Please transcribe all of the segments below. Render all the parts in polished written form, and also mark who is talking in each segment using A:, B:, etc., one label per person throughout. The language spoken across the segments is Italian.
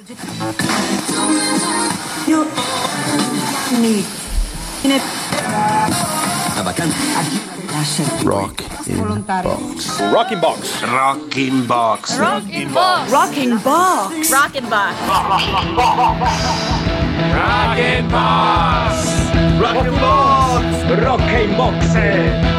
A: Rock in Box.
B: Rocking Box.
C: Rocking Box.
D: Rocking Box.
E: Rocking Box.
D: Rocking Box.
C: Rocking Box. Rocking Box.
B: Rocking Box.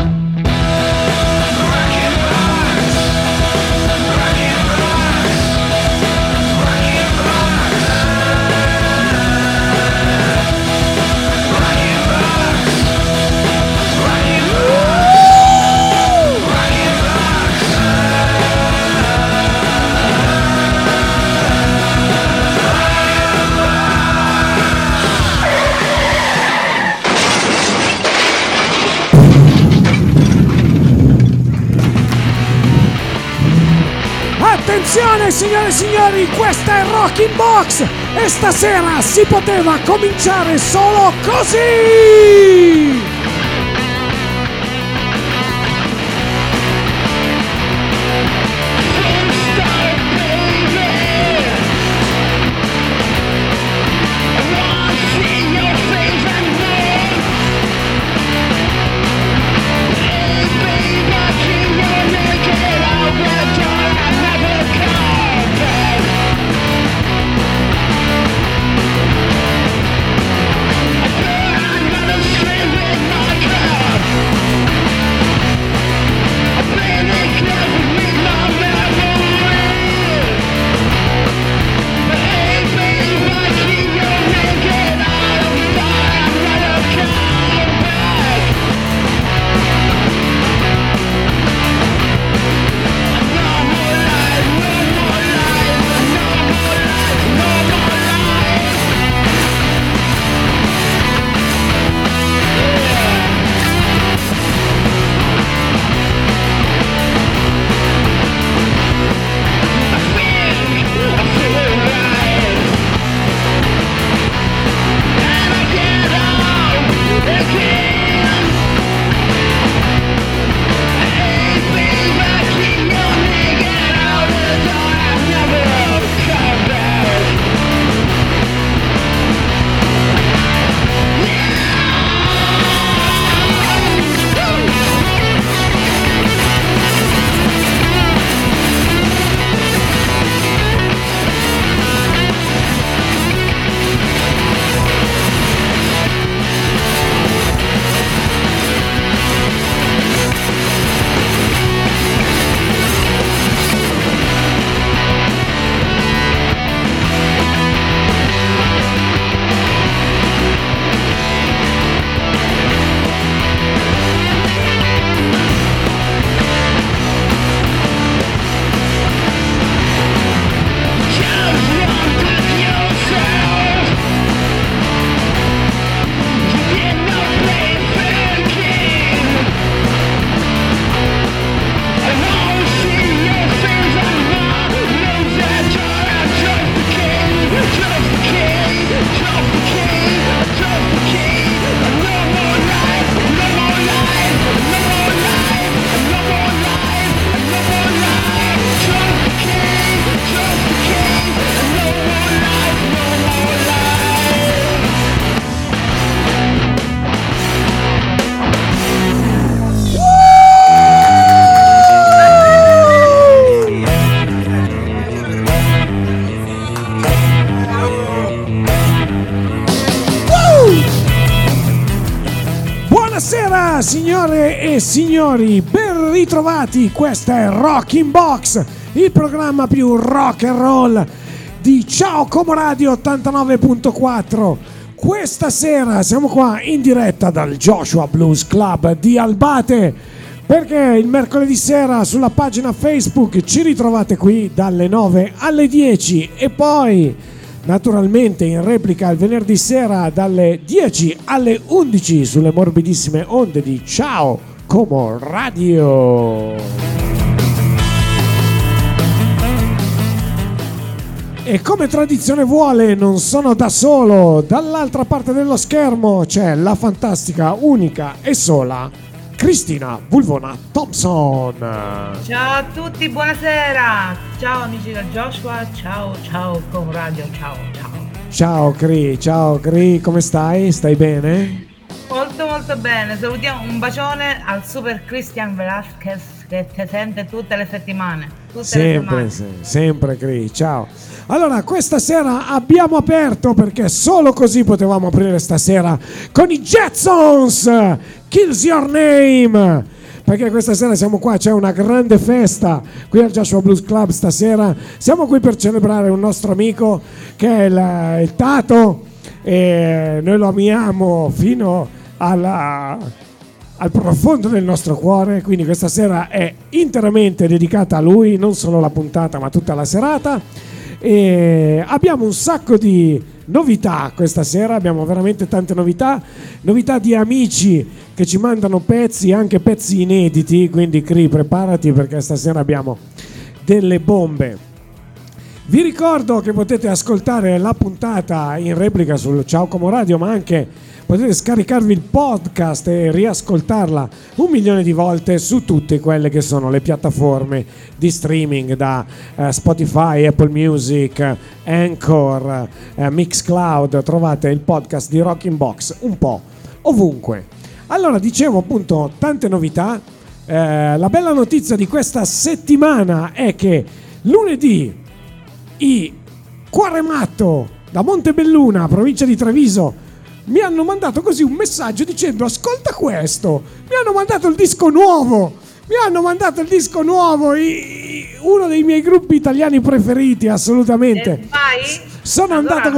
F: Attenzione signore e signori, questa è Rocking Box e stasera si poteva cominciare solo così! Signore e signori, ben ritrovati, questa è Rocking Box, il programma più rock and roll di Ciao Como Radio 89.4. Questa sera siamo qua in diretta dal Joshua Blues Club di Albate, perché il mercoledì sera sulla pagina Facebook ci ritrovate qui dalle 9 alle 10 e poi naturalmente in replica il venerdì sera dalle 10 alle 11 sulle morbidissime onde di Ciao Como Radio. E come tradizione vuole non sono da solo, dall'altra parte dello schermo c'è la fantastica, unica e sola Cristina Vulvona Thompson.
D: Ciao a tutti, buonasera. Ciao amici del Joshua, ciao Com Radio, ciao.
F: Ciao Cri, come stai? Stai bene?
D: Molto bene, salutiamo un bacione al super Christian Velasquez che ti sente tutte le settimane.
F: Sempre Cri, ciao. Allora, questa sera abbiamo aperto, perché solo così potevamo aprire stasera, con i Jetsons, Kills Your Name, perché questa sera siamo qua, c'è una grande festa qui al Joshua Blues Club stasera. Siamo qui per celebrare un nostro amico che è il Tato, e noi lo amiamo fino al profondo del nostro cuore, quindi questa sera è interamente dedicata a lui, non solo la puntata ma tutta la serata. E abbiamo un sacco di novità questa sera, abbiamo veramente tante novità di amici che ci mandano pezzi, anche pezzi inediti, quindi Cri, preparati perché stasera abbiamo delle bombe. Vi ricordo che potete ascoltare la puntata in replica sul Ciao Como Radio, ma anche potete scaricarvi il podcast e riascoltarla 1.000.000 di volte su tutte quelle che sono le piattaforme di streaming, da Spotify, Apple Music, Anchor, Mixcloud. Trovate il podcast di Rocking Box un po' ovunque. Allora, dicevo appunto tante novità. La bella notizia di questa settimana è che lunedì i Cuore Matto da Montebelluna, provincia di Treviso, mi hanno mandato così un messaggio dicendo: ascolta questo, mi hanno mandato il disco nuovo, uno dei miei gruppi italiani preferiti, assolutamente. Sono andato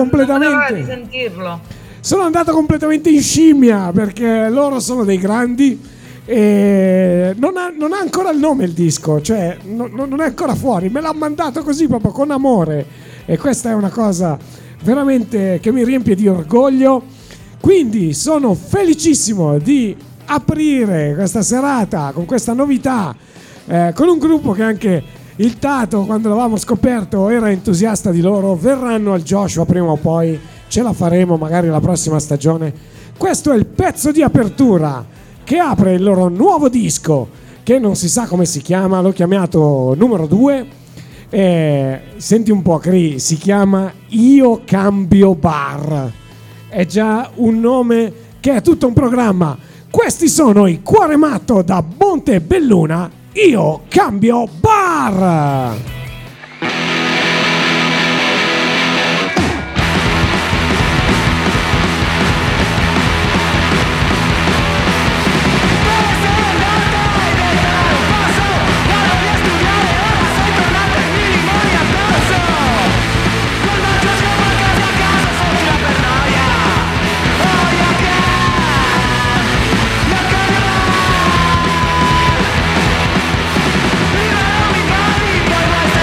F: completamente in scimmia, perché loro sono dei grandi e non ha ancora il nome il disco, cioè non è ancora fuori, me l'ha mandato così proprio con amore, e questa è una cosa veramente che mi riempie di orgoglio. Quindi sono felicissimo di aprire questa serata con questa novità, con un gruppo che anche il Tato, quando l'avevamo scoperto, era entusiasta di loro. Verranno al Joshua prima o poi, ce la faremo magari la prossima stagione. Questo è il pezzo di apertura che apre il loro nuovo disco, che non si sa come si chiama, l'ho chiamato numero 2. Senti un po', Cri, si chiama Io Cambio Bar. È già un nome che è tutto un programma. Questi sono i Cuore Matto da Montebelluna, Io Cambio Bar.
E: Prima non mi pari, poi vai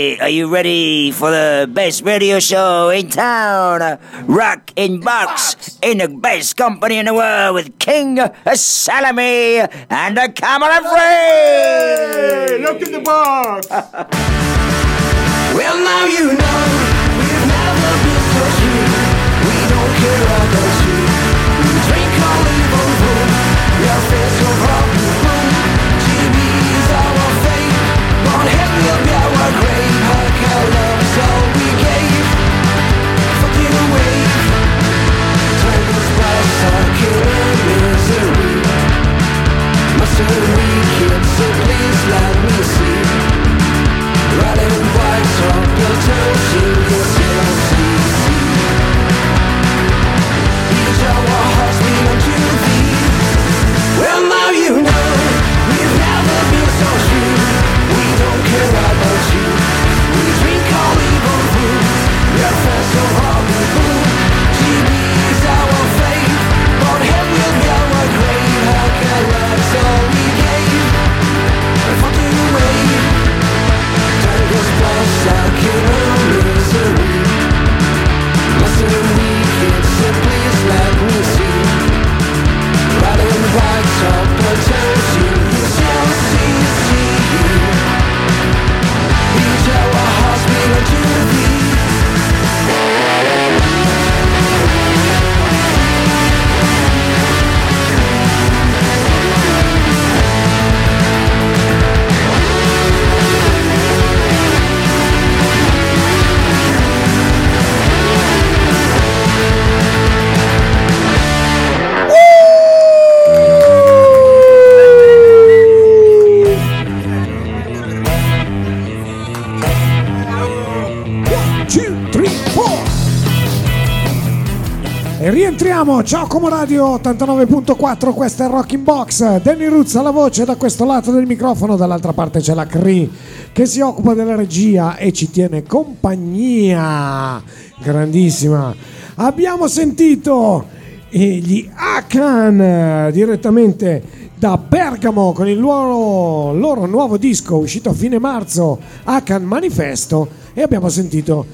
E: Hey, are you ready for the best radio show in town? Rock in Box, in the best company in the world with King Salami and the Camera Free!
C: Rock in the Box!
G: Well, now you know we've never been so sweet. We don't care about you. We drink olive on room. We are fans of rock and roll. GB's our fate. Born heaven will be our grave. Our love's all we gave. Fucking away. Tiger's price, our killing misery. Mustn't we kids, so please let me see. Riding bikes up the town, LCC. Each our hearts belong to thee. Well, now you know we've never been so true. We don't care about you. We drink olive on food. We are fans of rock and roll. GB's our fate. Born hell will be our grave. How can love's all we gave? Fucking away. Tiger's price, our killer misery. Mustn't we kids, so please let me see. Riding bikes up the town, LCC. Each our hearts belong to thee.
F: E rientriamo, ciao Como Radio 89.4, questa è Rocking Box, Danny Roots alla voce da questo lato del microfono, dall'altra parte c'è la Cree che si occupa della regia e ci tiene compagnia, grandissima. Abbiamo sentito gli Akan direttamente da Bergamo con il loro nuovo disco uscito a fine marzo, Akan Manifesto, e abbiamo sentito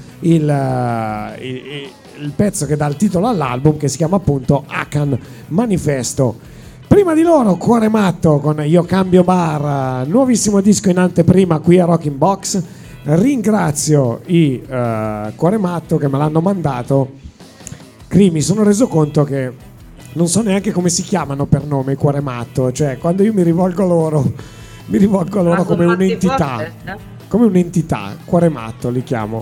F: il pezzo che dà il titolo all'album, che si chiama appunto Akan Manifesto. Prima di loro Cuore Matto con Io Cambio Bar, nuovissimo disco in anteprima qui a Rocking Box. Ringrazio i Cuore Matto che me l'hanno mandato. Mi sono reso conto che non so neanche come si chiamano per nome i Cuore Matto, cioè quando io mi rivolgo a loro come un'entità, come un'entità. Cuore Matto li chiamo.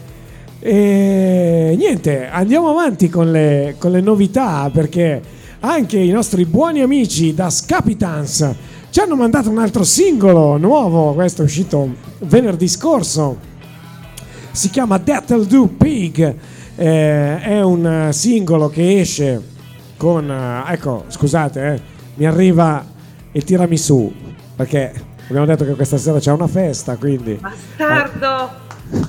F: E niente, andiamo avanti con le novità, perché anche i nostri buoni amici da Scapitans ci hanno mandato un altro singolo nuovo. Questo è uscito venerdì scorso, si chiama That'll Do Pig, è un singolo che esce con ecco, scusate, mi arriva il tiramisù, perché abbiamo detto che questa sera c'è una festa, quindi
D: bastardo.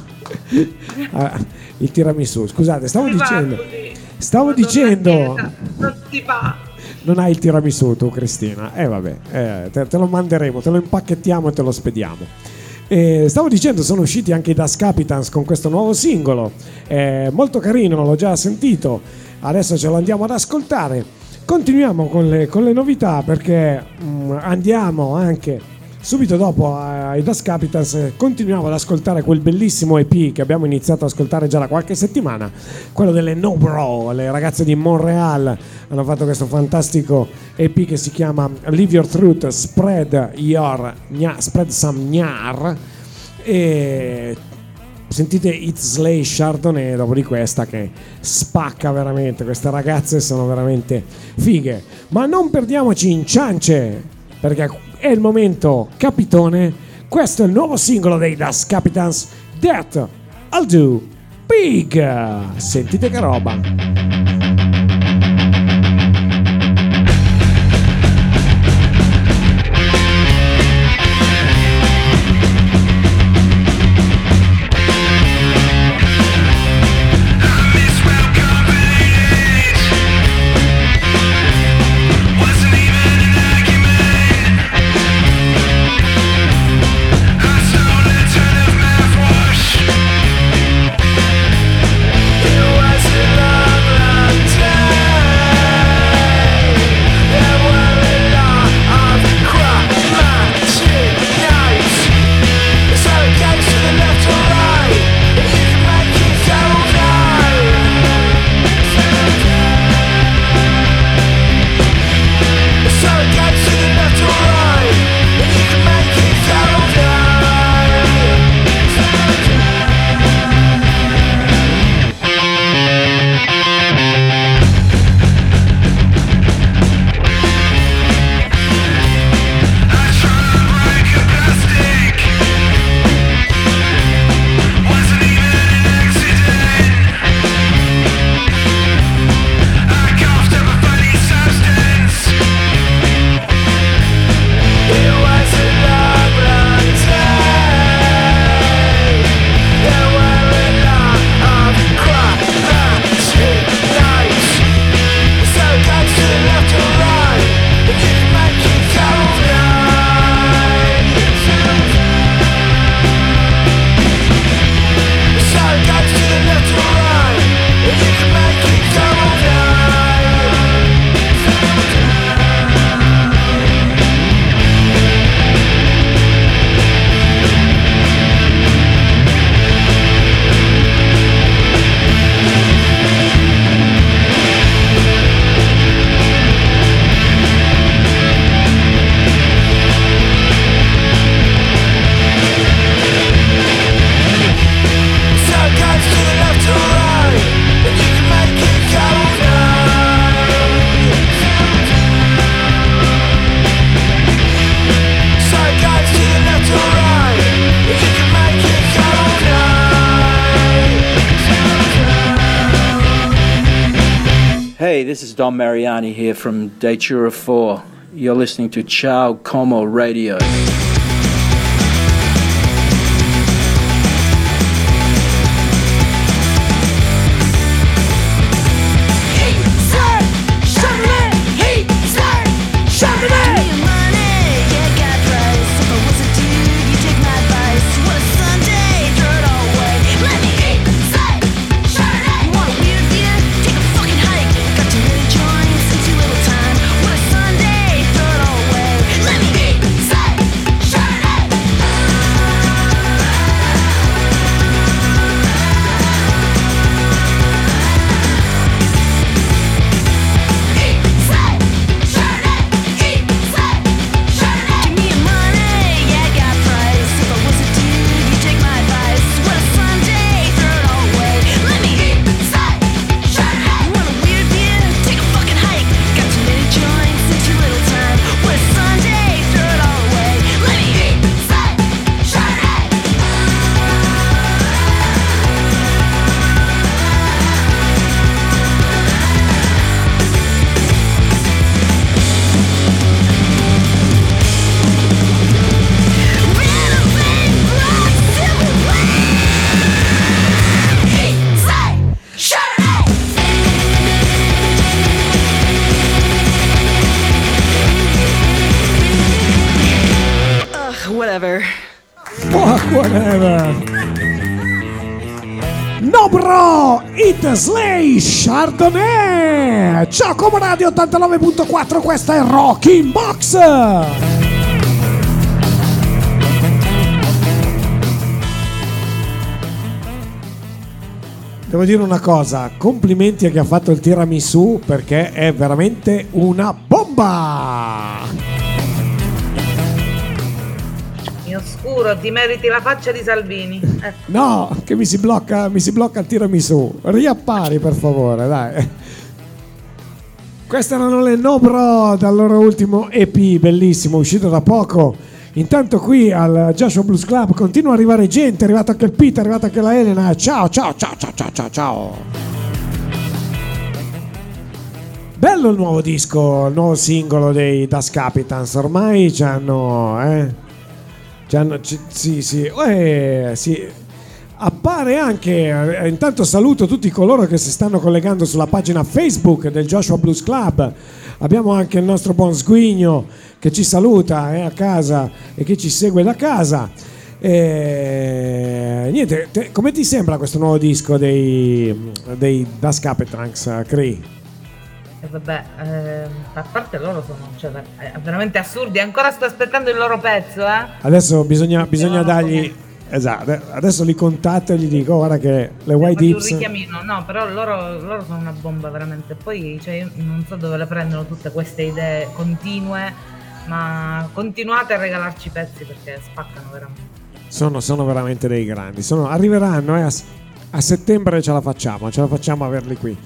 F: Il tiramisù, scusate, stavo dicendo
D: non si fa.
F: Non hai il tiramisù tu, Cristina? Vabbè, te lo manderemo, te lo impacchettiamo e te lo spediamo. Stavo dicendo, sono usciti anche i Das Capitans con questo nuovo singolo, molto carino, l'ho già sentito, adesso ce lo andiamo ad ascoltare. Continuiamo con le novità, perché andiamo anche subito dopo ai Das Capitans, continuiamo ad ascoltare quel bellissimo EP che abbiamo iniziato ad ascoltare già da qualche settimana, quello delle No Bro, le ragazze di Montreal hanno fatto questo fantastico EP che si chiama Live Your Truth, Spread Some Gnar, e sentite It's Slay Chardonnay dopo di questa, che spacca veramente. Queste ragazze sono veramente fighe, ma non perdiamoci in ciance, perché è il momento capitone. Questo è il nuovo singolo dei Das Capitans, That'll Do Pig. Sentite che roba.
H: I stole a ton of math. Hey, this is Don Mariani here from Datura 4. You're listening to Ciao Como Radio.
F: Whatever. No bro, It Slay Chardonnay. Ciao Como Radio 89.4, questa è Rocking Box. Devo dire una cosa, complimenti a chi ha fatto il tiramisù perché è veramente una bomba.
D: Oscuro, ti meriti la faccia di Salvini.
F: No, che mi si blocca il tiramisù. Riappari per favore, dai. Queste erano le No Bro dal loro ultimo EP bellissimo, uscito da poco. Intanto qui al Joshua Blues Club continua ad arrivare gente, è arrivato anche il Pete, è arrivata anche la Elena. Ciao. Bello il nuovo disco, il nuovo singolo dei Das Capitans. Ormai ci hanno sì. Appare anche, intanto saluto tutti coloro che si stanno collegando sulla pagina Facebook del Joshua Blues Club. Abbiamo anche il nostro buon Sguigno che ci saluta a casa e che ci segue da casa. Niente, come ti sembra questo nuovo disco dei Das Capitans, Cree?
D: Vabbè, a parte loro sono veramente assurdi. Ancora sto aspettando il loro pezzo,
F: Adesso bisogna dargli. Esatto, adesso li contatto e gli dico guarda che le White Dips.
D: No, però loro sono una bomba veramente. Poi io non so dove le prendono tutte queste idee continue, ma continuate a regalarci pezzi perché spaccano veramente. Sono veramente dei grandi. Arriveranno a settembre, ce la facciamo averli qui.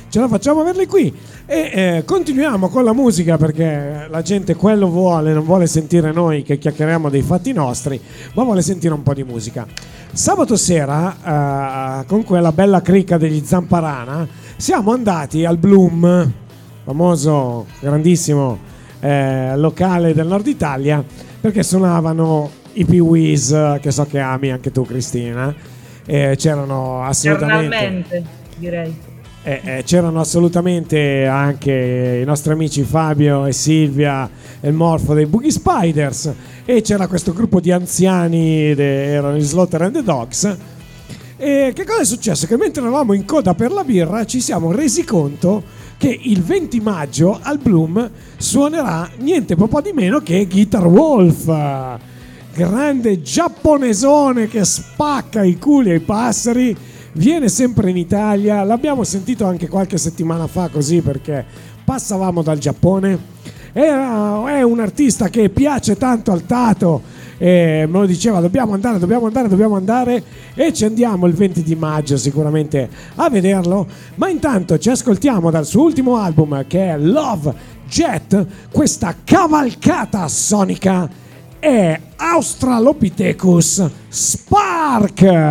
D: E continuiamo con la musica perché la gente quello vuole, non vuole sentire noi che chiacchieriamo dei fatti nostri, ma vuole sentire un po' di musica. Sabato sera con quella bella cricca degli Zamparana siamo andati al Bloom, famoso, grandissimo locale del nord Italia, perché suonavano i Pee-wees, che so che ami anche tu Cristina, c'erano assolutamente, direi. C'erano assolutamente anche i nostri amici Fabio e Silvia e il Morfo dei Boogie Spiders, e c'era questo gruppo di anziani, erano gli Slaughter and the Dogs. E che cosa è successo? Che mentre eravamo in coda per la birra ci siamo resi conto che il 20 maggio al Bloom suonerà niente po' di meno che Guitar Wolf, grande giapponesone che spacca i culi ai passeri. Viene sempre in Italia, l'abbiamo sentito anche qualche settimana fa così perché passavamo dal Giappone. È un artista che piace tanto al Tato, me lo diceva dobbiamo andare, e ci andiamo il 20 di maggio sicuramente a vederlo. Ma intanto ci ascoltiamo dal suo ultimo album che è Love Jet, questa cavalcata sonica è Australopithecus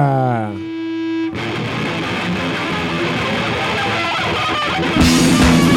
D: Spark.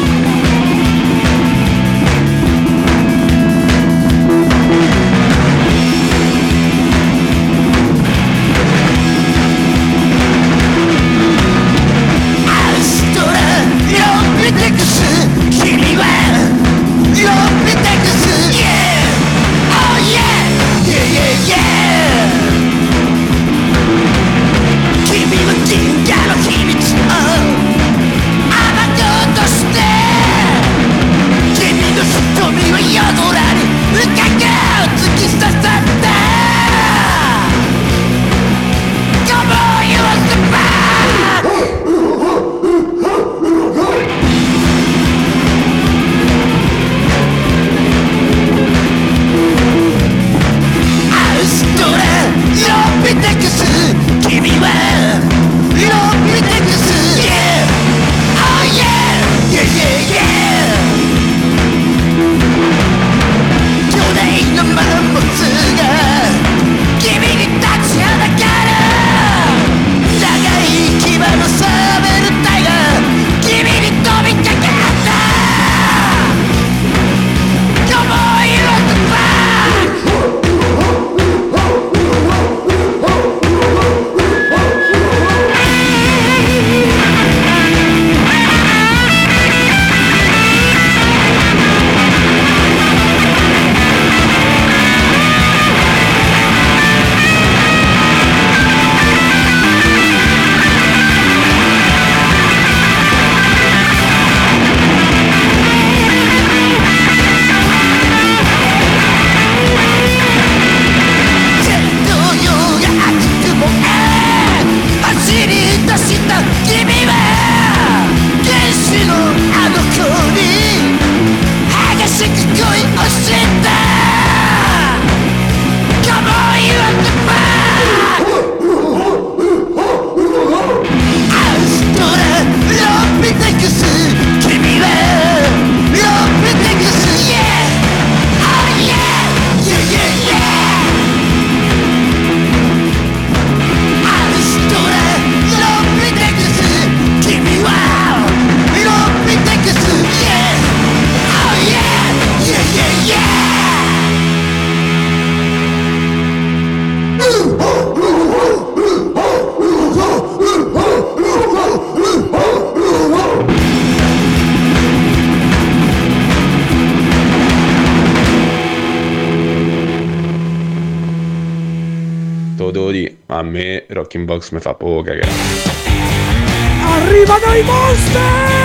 I: a me Rocking Box mi fa poco cagare.
F: Arrivano i Monster!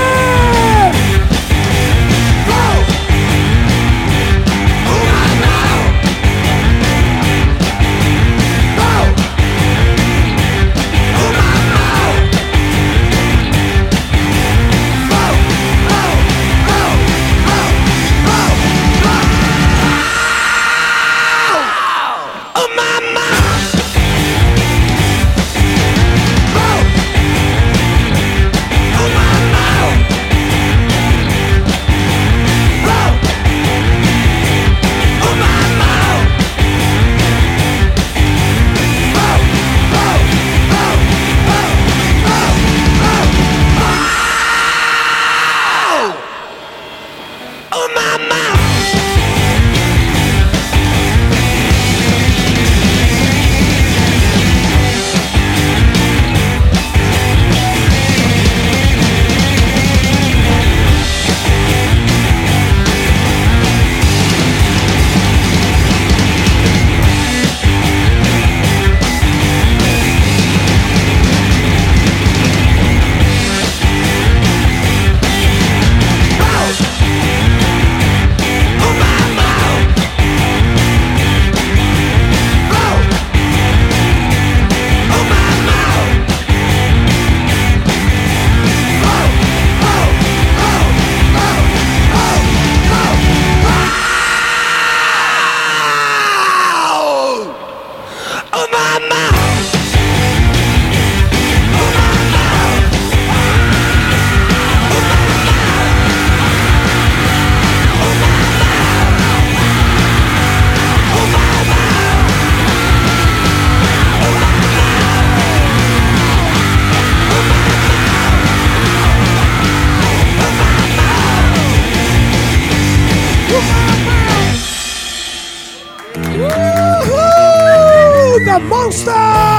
F: The Monster!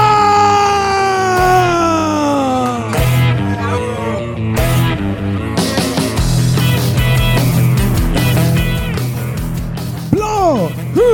F: Blow!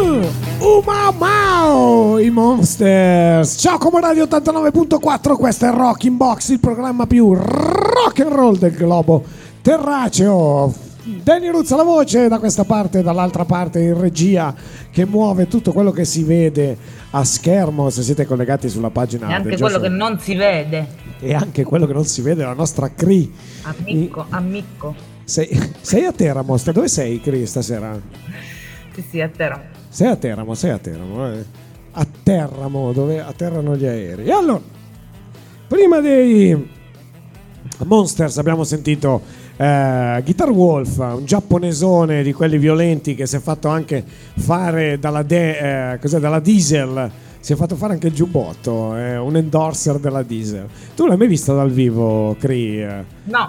F: Mau! I Monsters! Ciao Como Radio 89.4, questo è Rocking Box, il programma più rock and roll del globo terraceo. Danny Ruzza alla voce, da questa parte e dall'altra parte in regia, che muove tutto quello che si vede a schermo se siete collegati sulla pagina.
J: E anche quello che non si vede.
F: E anche quello che non si vede, la nostra Cri.
J: Ammicco.
F: Sei a Teramo? Dove sei, Cri, stasera?
J: Sì, a Teramo.
F: Sei a Teramo. A Teramo, dove atterrano gli aerei. E allora, prima dei Monsters abbiamo sentito Guitar Wolf, un giapponesone di quelli violenti che si è fatto anche fare dalla Diesel, si è fatto fare anche il giubbotto, un endorser della Diesel. Tu l'hai mai visto dal vivo, Cri?
J: No.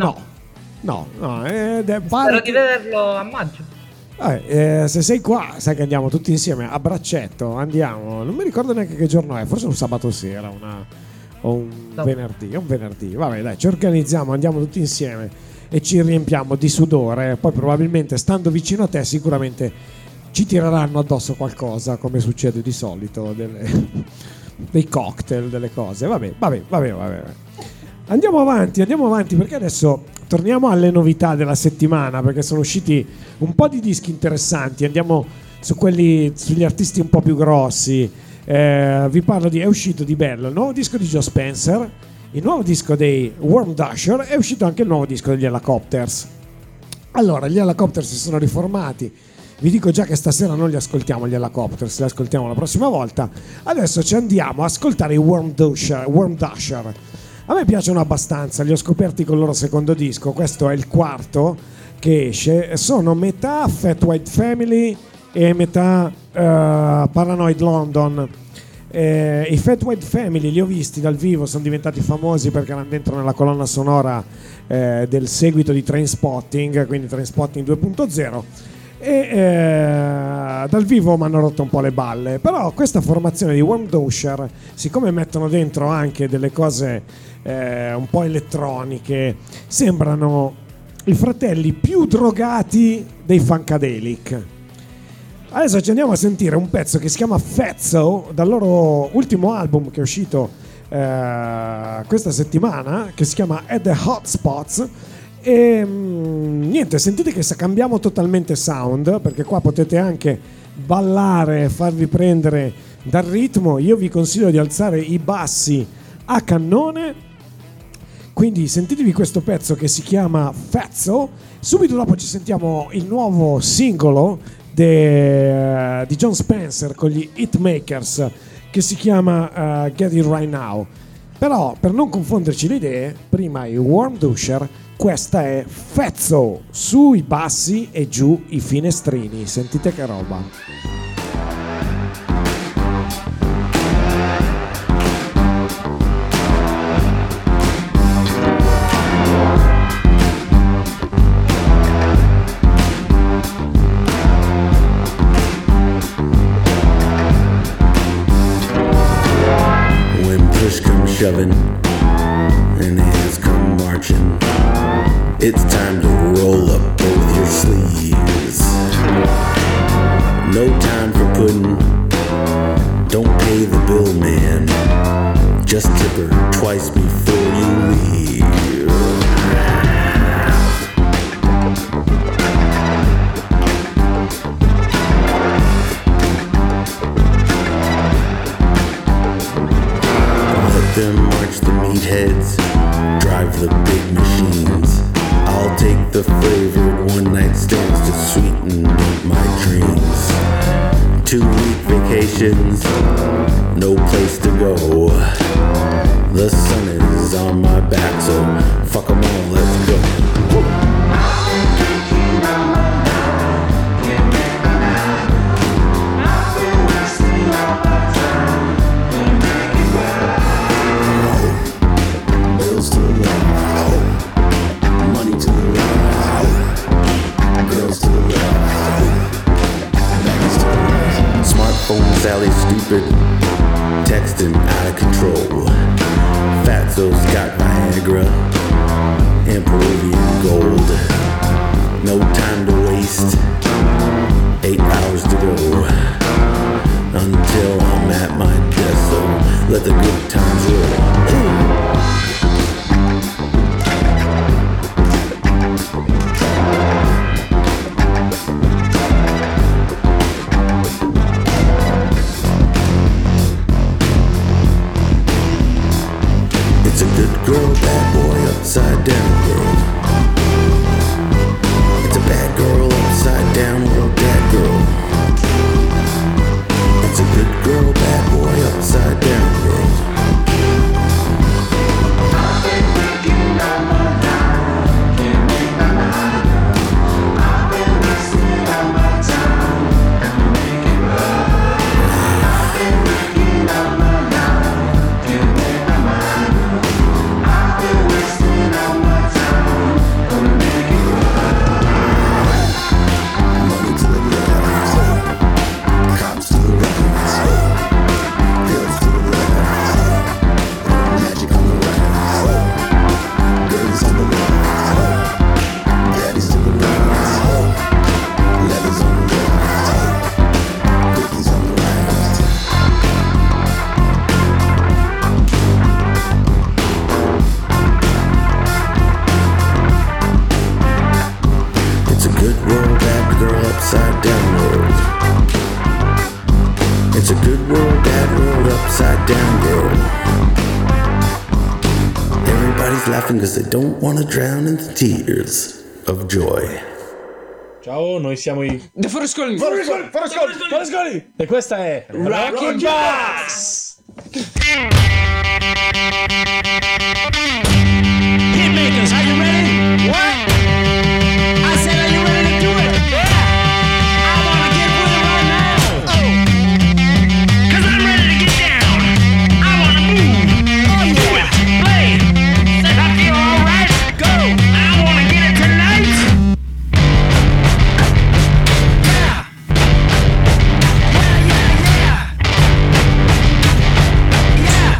F: Spero
J: di vederlo a maggio.
F: Se sei qua, sai che andiamo tutti insieme a braccetto, andiamo, non mi ricordo neanche che giorno è, forse un sabato sera o un venerdì, vabbè dai, ci organizziamo, andiamo tutti insieme e ci riempiamo di sudore, poi probabilmente stando vicino a te sicuramente ci tireranno addosso qualcosa, come succede di solito, dei cocktail, delle cose, vabbè. Andiamo avanti perché adesso torniamo alle novità della settimana, perché sono usciti un po' di dischi interessanti, andiamo sugli artisti un po' più grossi. Vi parlo è uscito di bello il nuovo disco di Joe Spencer, il nuovo disco dei Worm Dasher, è uscito anche il nuovo disco degli Helicopters. Allora, gli Helicopters si sono riformati, vi dico già che stasera non li ascoltiamo gli Helicopters, li ascoltiamo la prossima volta. Adesso ci andiamo a ascoltare i Worm Dasher. A me piacciono abbastanza, li ho scoperti con il loro secondo disco, questo è il quarto che esce, sono metà Fat White Family e metà Paranoid London. I Fat White Family li ho visti dal vivo, sono diventati famosi perché erano dentro nella colonna sonora del seguito di Trainspotting, quindi Trainspotting 2.0, e dal vivo mi hanno rotto un po' le balle. Però questa formazione di Worm Dasher, siccome mettono dentro anche delle cose un po' elettroniche, sembrano i fratelli più drogati dei Funkadelic.
D: Adesso ci andiamo a sentire un pezzo che si chiama Fatso, dal loro ultimo album che è uscito questa settimana, che si chiama At the Hotspots. E niente, sentite che cambiamo totalmente sound, perché qua potete anche ballare, farvi prendere dal ritmo. Io vi consiglio di alzare i bassi a cannone, quindi sentitevi questo pezzo che si chiama Fatso. Subito dopo ci sentiamo il nuovo singolo di John Spencer con gli Hitmakers, che si chiama Get It Right Now. Però per non confonderci le idee, prima i Warm Dusher, questa è Fatso, sui bassi e giù i finestrini. Sentite che roba.
K: Shoving and hands come marching. It's time to roll up both your sleeves. No time for pudding. Don't pay the bill, man. Just tip her twice before you leave. Them march the meatheads, drive the big machines. I'll take the flavored one-night stands to sweeten my dreams. 2-week vacations, no place to go. The sun is on my back, so fuck 'em all, let's go. Sally's stupid, texting out of control. Fatso's got Viagra and Peruvian gold. No time to waste, 8 hours to go until I'm at my desk, so let the good times roll. Girl, bad boy, upside down girl. It's a bad girl, upside down world, bad girl. It's a good girl, bad boy, upside down girl. I've been thinking about my time, can't make my mind up. I've been wasting all my time, can't make it right. I've been thinking about my time, can't make my mind up. Upside down world. It's a good world, bad world, upside down world. Everybody's laughing because they don't want to drown in the tears of joy.
L: Ciao, noi siamo i
C: The Forascoli.
L: E questa è Rockin' Box.
C: Hitmakers, are you ready? What? I said, are you ready to do it?
G: Yeah.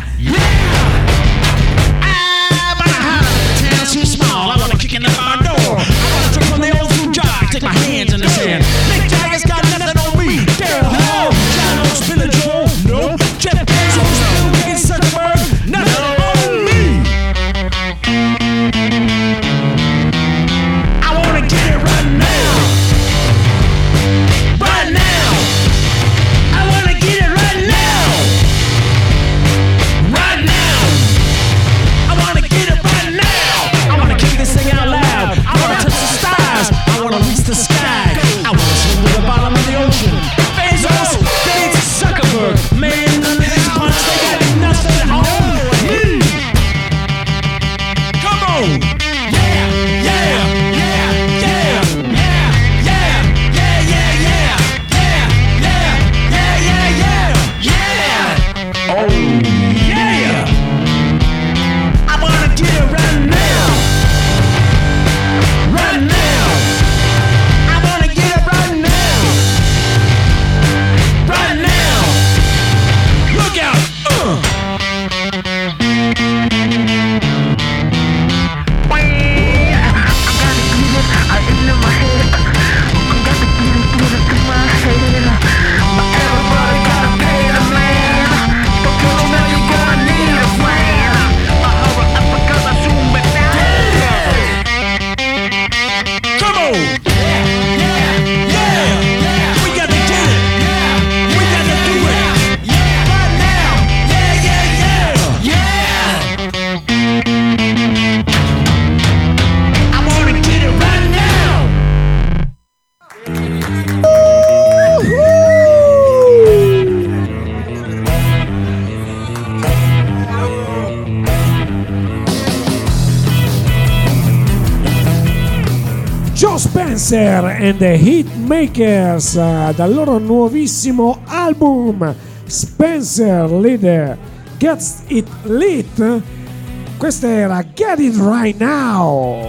F: Joe Spencer and the Hitmakers dal loro nuovissimo album Spencer Leader Gets It Lit. Questa era Get It Right Now.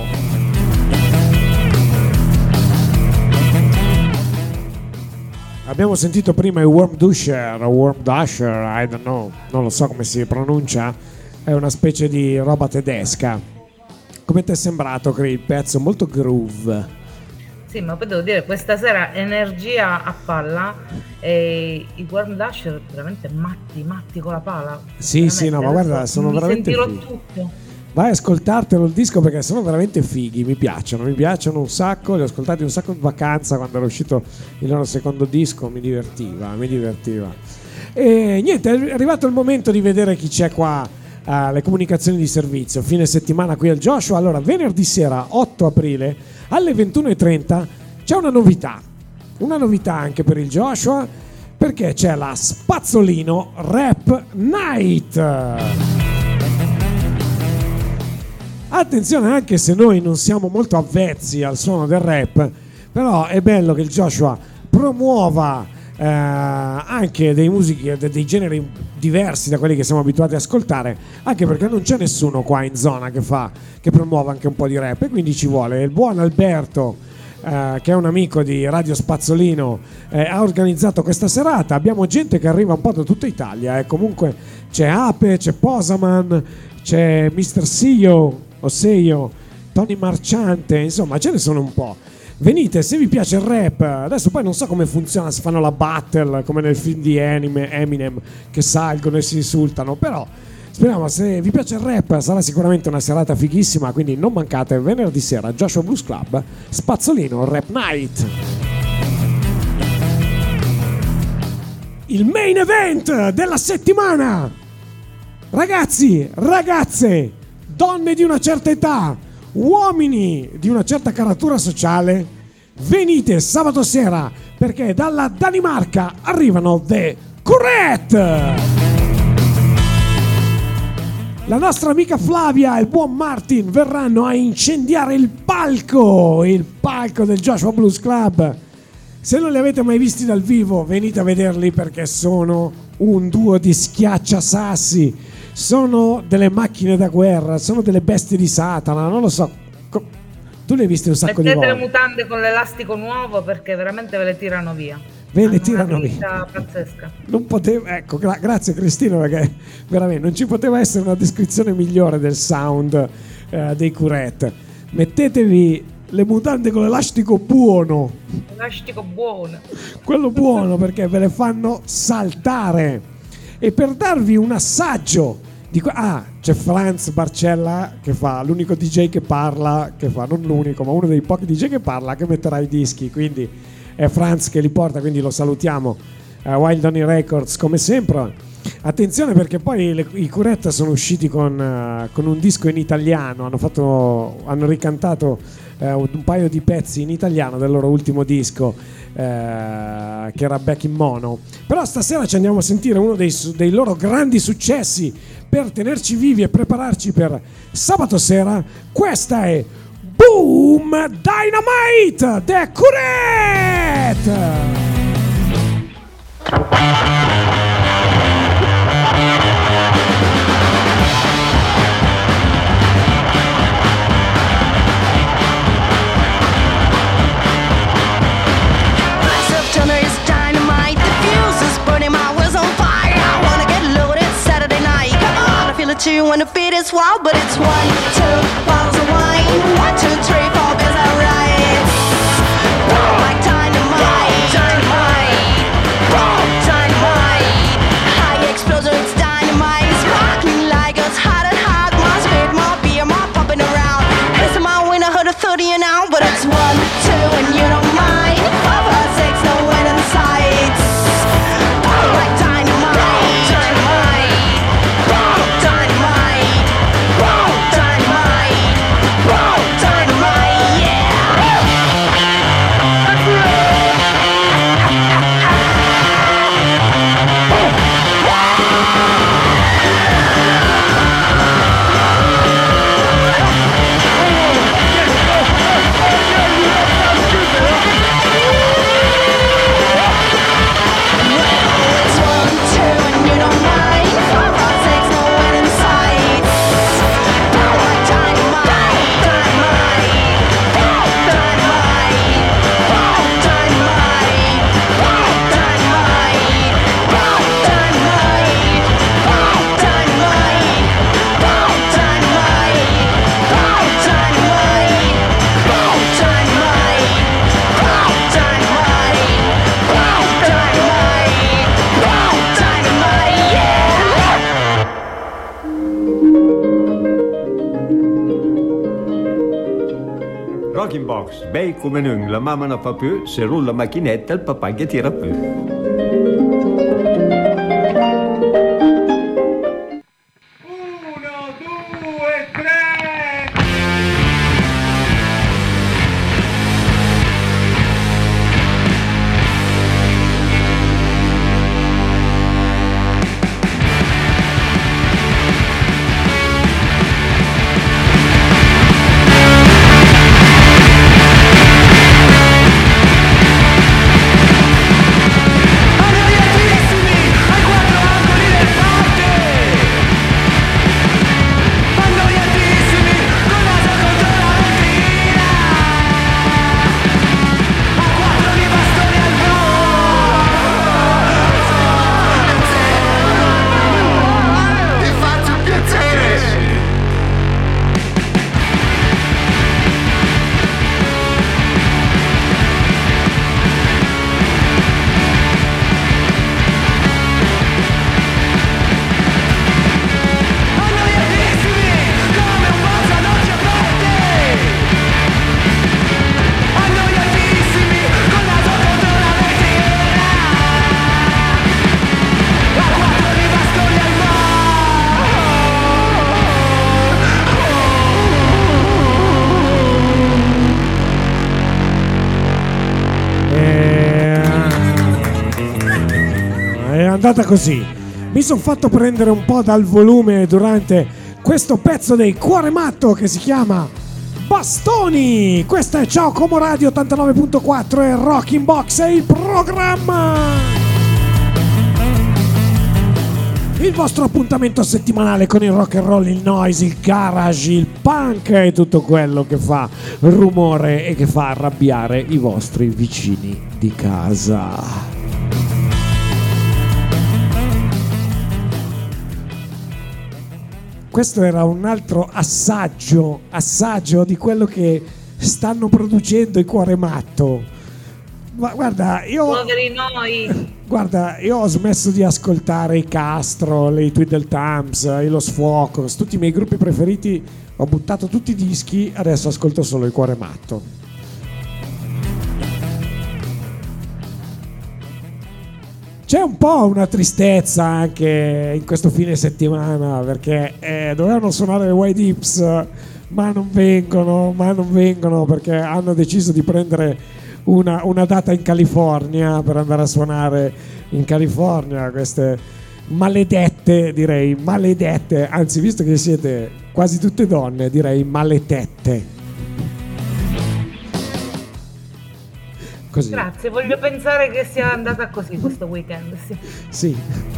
F: Abbiamo sentito prima i Worm Dusher, I don't know, non lo so come si pronuncia, è una specie di roba tedesca. Come ti è sembrato il pezzo? Molto groove.
J: Sì, ma poi devo dire, questa sera energia a palla e i Worm Dasher veramente matti con la pala.
F: Sì,
J: veramente,
F: sì, no, ma guarda, sono veramente
J: sentirò
F: fighi.
J: tutto.
F: Vai a ascoltartelo il disco perché sono veramente fighi, mi piacciono un sacco, li ho ascoltati un sacco in vacanza quando era uscito il loro secondo disco, mi divertiva. E niente, è arrivato il momento di vedere chi c'è qua alle comunicazioni di servizio, fine settimana qui al Joshua. Allora, venerdì sera 8 aprile alle 21:30 c'è una novità anche per il Joshua, perché c'è la Spazzolino Rap Night. Attenzione, anche se noi non siamo molto avvezzi al suono del rap, però è bello che il Joshua promuova anche dei generi diversi da quelli che siamo abituati ad ascoltare, anche perché non c'è nessuno qua in zona che promuova anche un po' di rap, e quindi ci vuole il buon Alberto, che è un amico di Radio Spazzolino, ha organizzato questa serata. Abbiamo gente che arriva un po' da tutta Italia, comunque c'è Ape, c'è Posaman, c'è Mr. Seio, Tony Marciante, insomma ce ne sono un po'. Venite, se vi piace il rap. Adesso poi non so come funziona, se fanno la battle come nel film di Eminem, che salgono e si insultano, però speriamo, se vi piace il rap sarà sicuramente una serata fighissima, quindi non mancate venerdì sera Joshua Blues Club, Spazzolino Rap Night. Il main event della settimana, ragazzi, ragazze, donne di una certa età, uomini di una certa caratura sociale, venite sabato sera perché dalla Danimarca arrivano The Curette. La nostra amica Flavia e il buon Martin verranno a incendiare il palco del Joshua Blues Club. Se non li avete mai visti dal vivo, venite a vederli perché sono un duo di schiacciasassi. Sono delle macchine da guerra, sono delle bestie di Satana, non lo so. Tu le hai viste un sacco di volte.
J: Mettete le mutande con l'elastico nuovo perché veramente ve le tirano via.
F: Ve le tirano via.
J: Pazzesca.
F: Non poteva, ecco, grazie Cristina, perché veramente non ci poteva essere una descrizione migliore del sound dei Curette. Mettetevi le mutande con l'elastico buono.
J: Elastico buono.
F: Quello buono, perché ve le fanno saltare. E per darvi un assaggio di c'è Franz Barcella che fa l'unico DJ che parla, non l'unico, ma uno dei pochi DJ che parla, che metterà i dischi, quindi è Franz che li porta, quindi lo salutiamo. Wild Honey Records come sempre. Attenzione perché poi i Curette sono usciti con un disco in italiano, hanno ricantato un paio di pezzi in italiano del loro ultimo disco, che era Back in Mono. Però stasera ci andiamo a sentire uno dei loro grandi successi per tenerci vivi e prepararci per sabato sera. Questa è Boom Dynamite The Curette.
M: You when the beat is wild, but it's 1, 2 bottles of wine, 1, 2, 3, 4 beers, alright. Boom like dynamite, dynamite, boom dynamite, high explosion, it's dynamite, sparkling like it's hot and hot, more speed, more beer, more popping around. It's my winner, heard a 30 an hour, but it's 1, 2, and you don't mind. 5 or 6, no win in sight. Boom like dynamite, dynamite. Dynamite, dynamite, dynamite.
N: Rocking Box, bei come non, la mamma non fa più, se rulla la macchinetta il papà che tira più.
B: 2, 3.
D: andata così. Mi sono fatto prendere un po' dal volume durante questo pezzo dei Cuore Matto che si chiama Bastoni. Questa è Ciao Como Radio 89.4 e Rocking Box è il programma. Il vostro appuntamento settimanale con il rock and roll, il noise, il garage, il punk e tutto quello che fa rumore e che fa arrabbiare i vostri vicini di casa. Questo era un altro assaggio di quello che stanno producendo i Cuore Matto. Ma guarda, io ho smesso di ascoltare i Castro, i Twiddle Thumbs, i Los Focos, tutti i miei gruppi preferiti, ho buttato tutti i dischi, adesso ascolto solo i Cuore Matto. C'è un po' una tristezza anche in questo fine settimana perché dovevano suonare le White Hips ma non vengono perché hanno deciso di prendere una data in California per andare a suonare in California, queste maledette, anzi visto che siete quasi tutte donne direi maledette. Così.
J: Grazie, voglio pensare che sia andata così questo weekend.
D: Sì.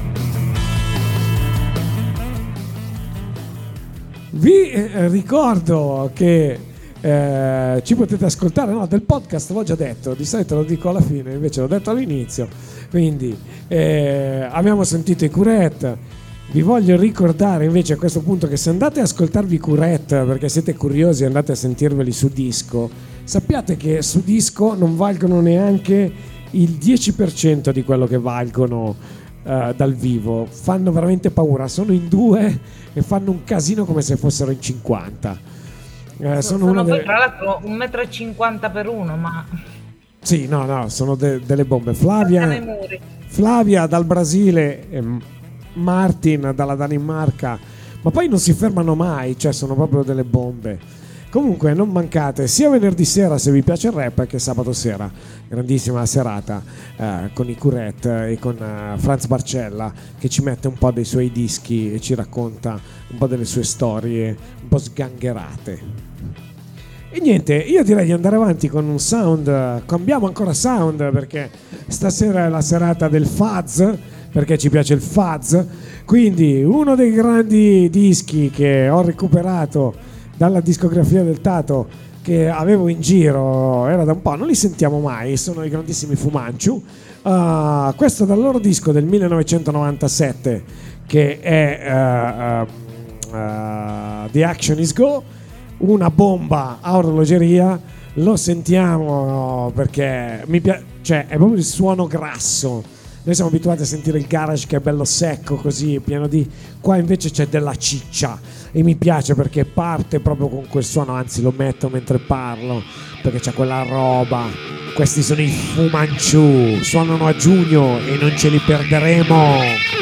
D: Vi ricordo che ci potete ascoltare del podcast, l'ho già detto, di solito lo dico alla fine, invece l'ho detto all'inizio. Quindi abbiamo sentito i Curette. Vi voglio ricordare invece a questo punto che se andate a ascoltarvi i Curette perché siete curiosi, andate a sentirveli su disco. Sappiate che su disco non valgono neanche il 10% di quello che valgono dal vivo. Fanno veramente paura, sono in due e fanno un casino come se fossero in 50.
J: Sono poi tra l'altro 1,50 m per uno, ma...
D: Sì, no, sono delle bombe. Flavia dal Brasile, Martin dalla Danimarca, ma poi non si fermano mai, cioè sono proprio delle bombe. Comunque non mancate sia venerdì sera se vi piace il rap che sabato sera, grandissima serata con i Curette e con Franz Barcella che ci mette un po' dei suoi dischi e ci racconta un po' delle sue storie un po' sgangherate. E niente, io direi di andare avanti con un sound, cambiamo ancora sound perché stasera è la serata del fuzz, perché ci piace il fuzz, quindi uno dei grandi dischi che ho recuperato dalla discografia del Tato che avevo in giro, era da un po', non li sentiamo mai, sono i grandissimi Fu Manchu. Questo dal loro disco del 1997 che è The Action Is Go, una bomba a orologeria. Lo sentiamo perché mi piace, cioè è proprio il suono grasso Noi siamo abituati a sentire il garage che è bello secco così, pieno di... Qua invece c'è della ciccia e mi piace perché parte proprio con quel suono, anzi lo metto mentre parlo perché c'è quella roba. Questi sono i Fu Manchu, suonano a giugno e non ce li perderemo.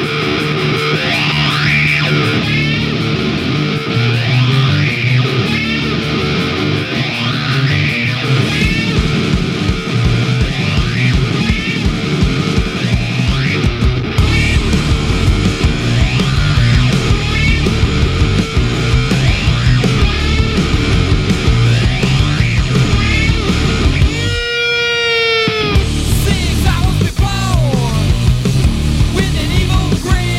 G: With an evil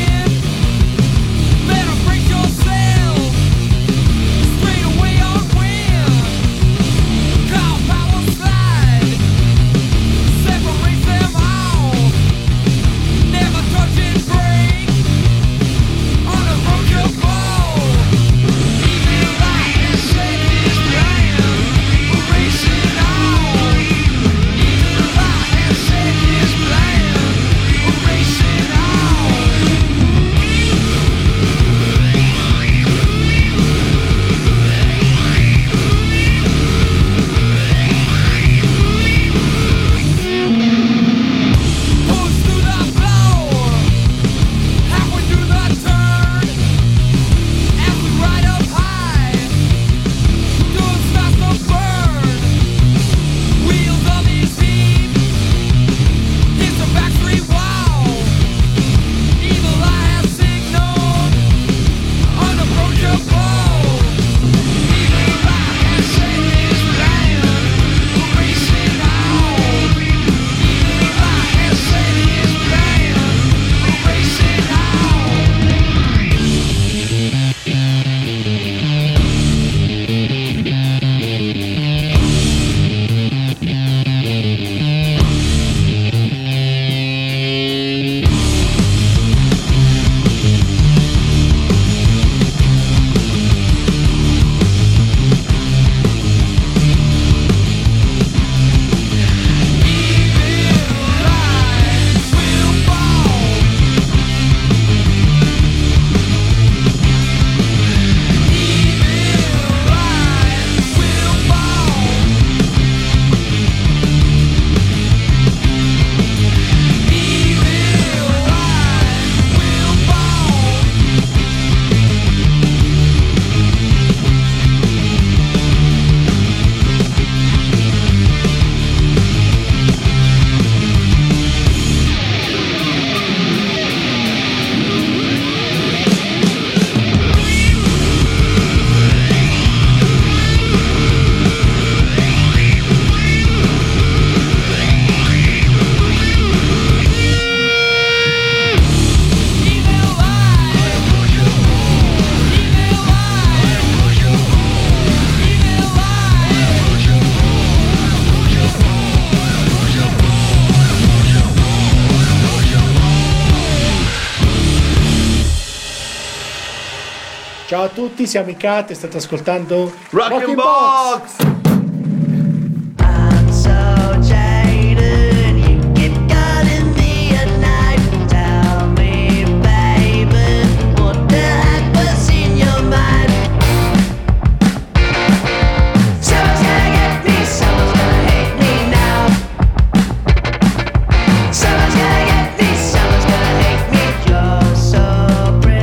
O: Ciao a tutti, siamo i Cat e state ascoltando
P: Rockin' Box!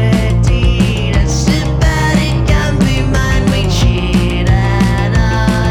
G: Somebody can be mine, we cheat and I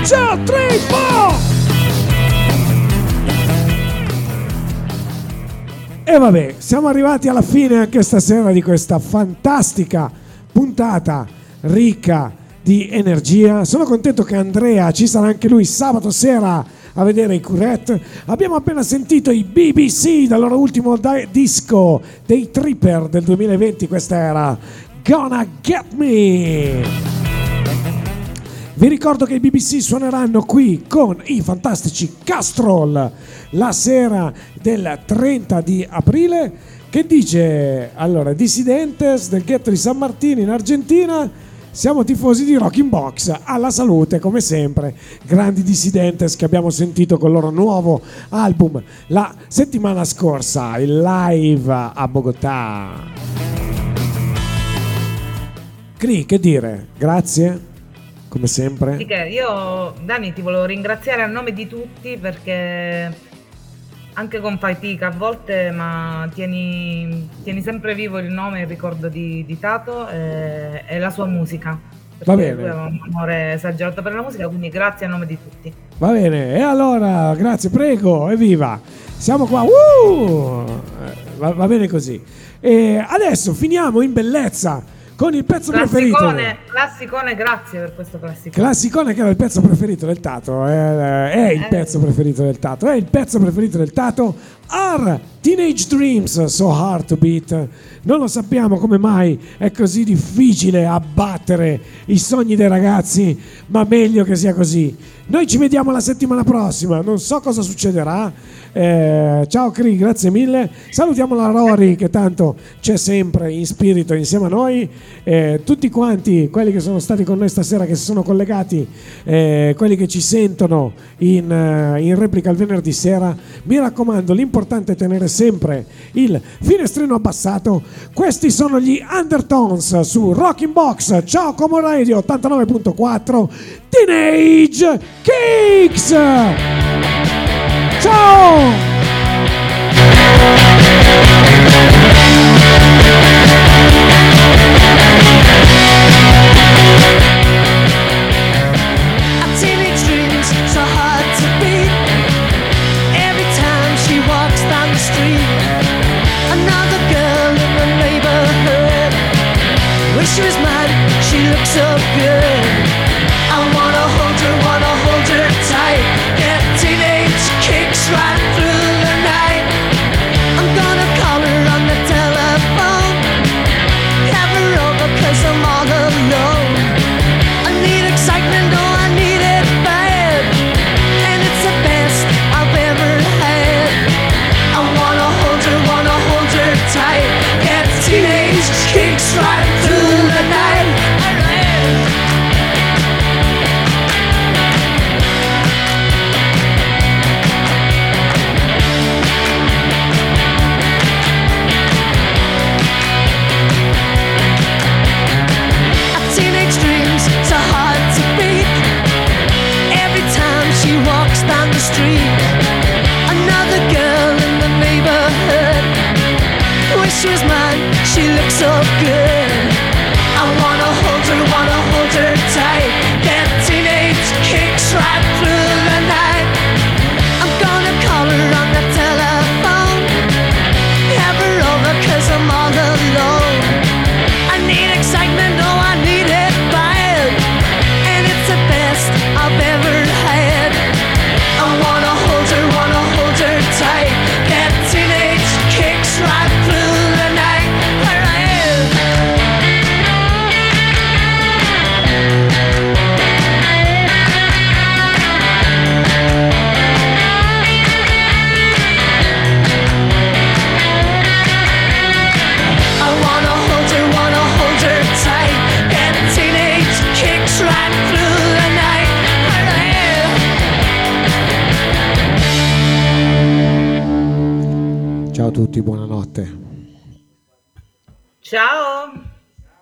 F: 2, 3, 4. E vabbè, siamo arrivati alla fine anche stasera di questa fantastica puntata ricca di energia. Sono contento che Andrea ci sarà anche lui sabato sera a vedere i Curette. Abbiamo appena sentito i BBC dal loro ultimo disco dei Tripper del 2020. Questa era Gonna Get Me. Vi ricordo che i BBC suoneranno qui con i fantastici Castrol la sera del 30 di aprile. Che dice? Allora, Dissidentes del ghetto di San Martino in Argentina. Siamo tifosi di Rocking Box, alla salute come sempre. Grandi Dissidentes che abbiamo sentito con il loro nuovo album la settimana scorsa, il live a Bogotà. Cri, che dire? Grazie. Come sempre.
J: Sì, che io, Dani, ti volevo ringraziare a nome di tutti perché anche con fatica a volte, ma tieni sempre vivo il nome e il ricordo di Tato e la sua musica.
F: Va bene.
J: Lui aveva un amore esagerato per la musica, quindi grazie a nome di tutti.
F: Va bene, e allora, grazie, prego, evviva. Siamo qua. Va bene così. E adesso finiamo in bellezza con il pezzo preferito.
J: Classicone, grazie per questo classicone.
F: Classicone che era il pezzo preferito del Tato. È il pezzo preferito del Tato. È il pezzo preferito del Tato. Our Teenage Dreams, So Hard to Beat. Non lo sappiamo come mai è così difficile abbattere i sogni dei ragazzi, ma meglio che sia così. Noi ci vediamo la settimana prossima. Non so cosa succederà. Ciao Cri, grazie mille. Salutiamo la Rory che tanto c'è sempre in spirito insieme a noi. Tutti quanti quelli che sono stati con noi stasera, che si sono collegati, quelli che ci sentono in replica il venerdì sera, mi raccomando, l'importante è tenere sempre il finestrino abbassato. Questi sono gli Undertones su Rocking Box. Ciao Como Radio 89.4 Teenage Kicks. Ciao!
G: She was mad, she looked so good. I wanna hold her tight. Get teenage kicks right through the night. I'm gonna call her on the telephone, have her over 'cause I'm all alone. I need excitement, oh I need it bad, and it's the best I've ever had. I wanna hold her tight. Get teenage kicks right through the night. A teenage dream's so hard to beat. Every time she walks down the street, another girl in the neighborhood. Wish she was mine, she looks so good. I wanna hold her tight. Get teenage kicks right through the night. I'm gonna call her on the telephone, have her over 'cause I'm all alone. I need excitement, oh I need it bad, and it's the best I've ever had. I wanna hold her tight. Get teenage kicks right through the night.
F: Ciao a tutti, buonanotte.
J: Ciao.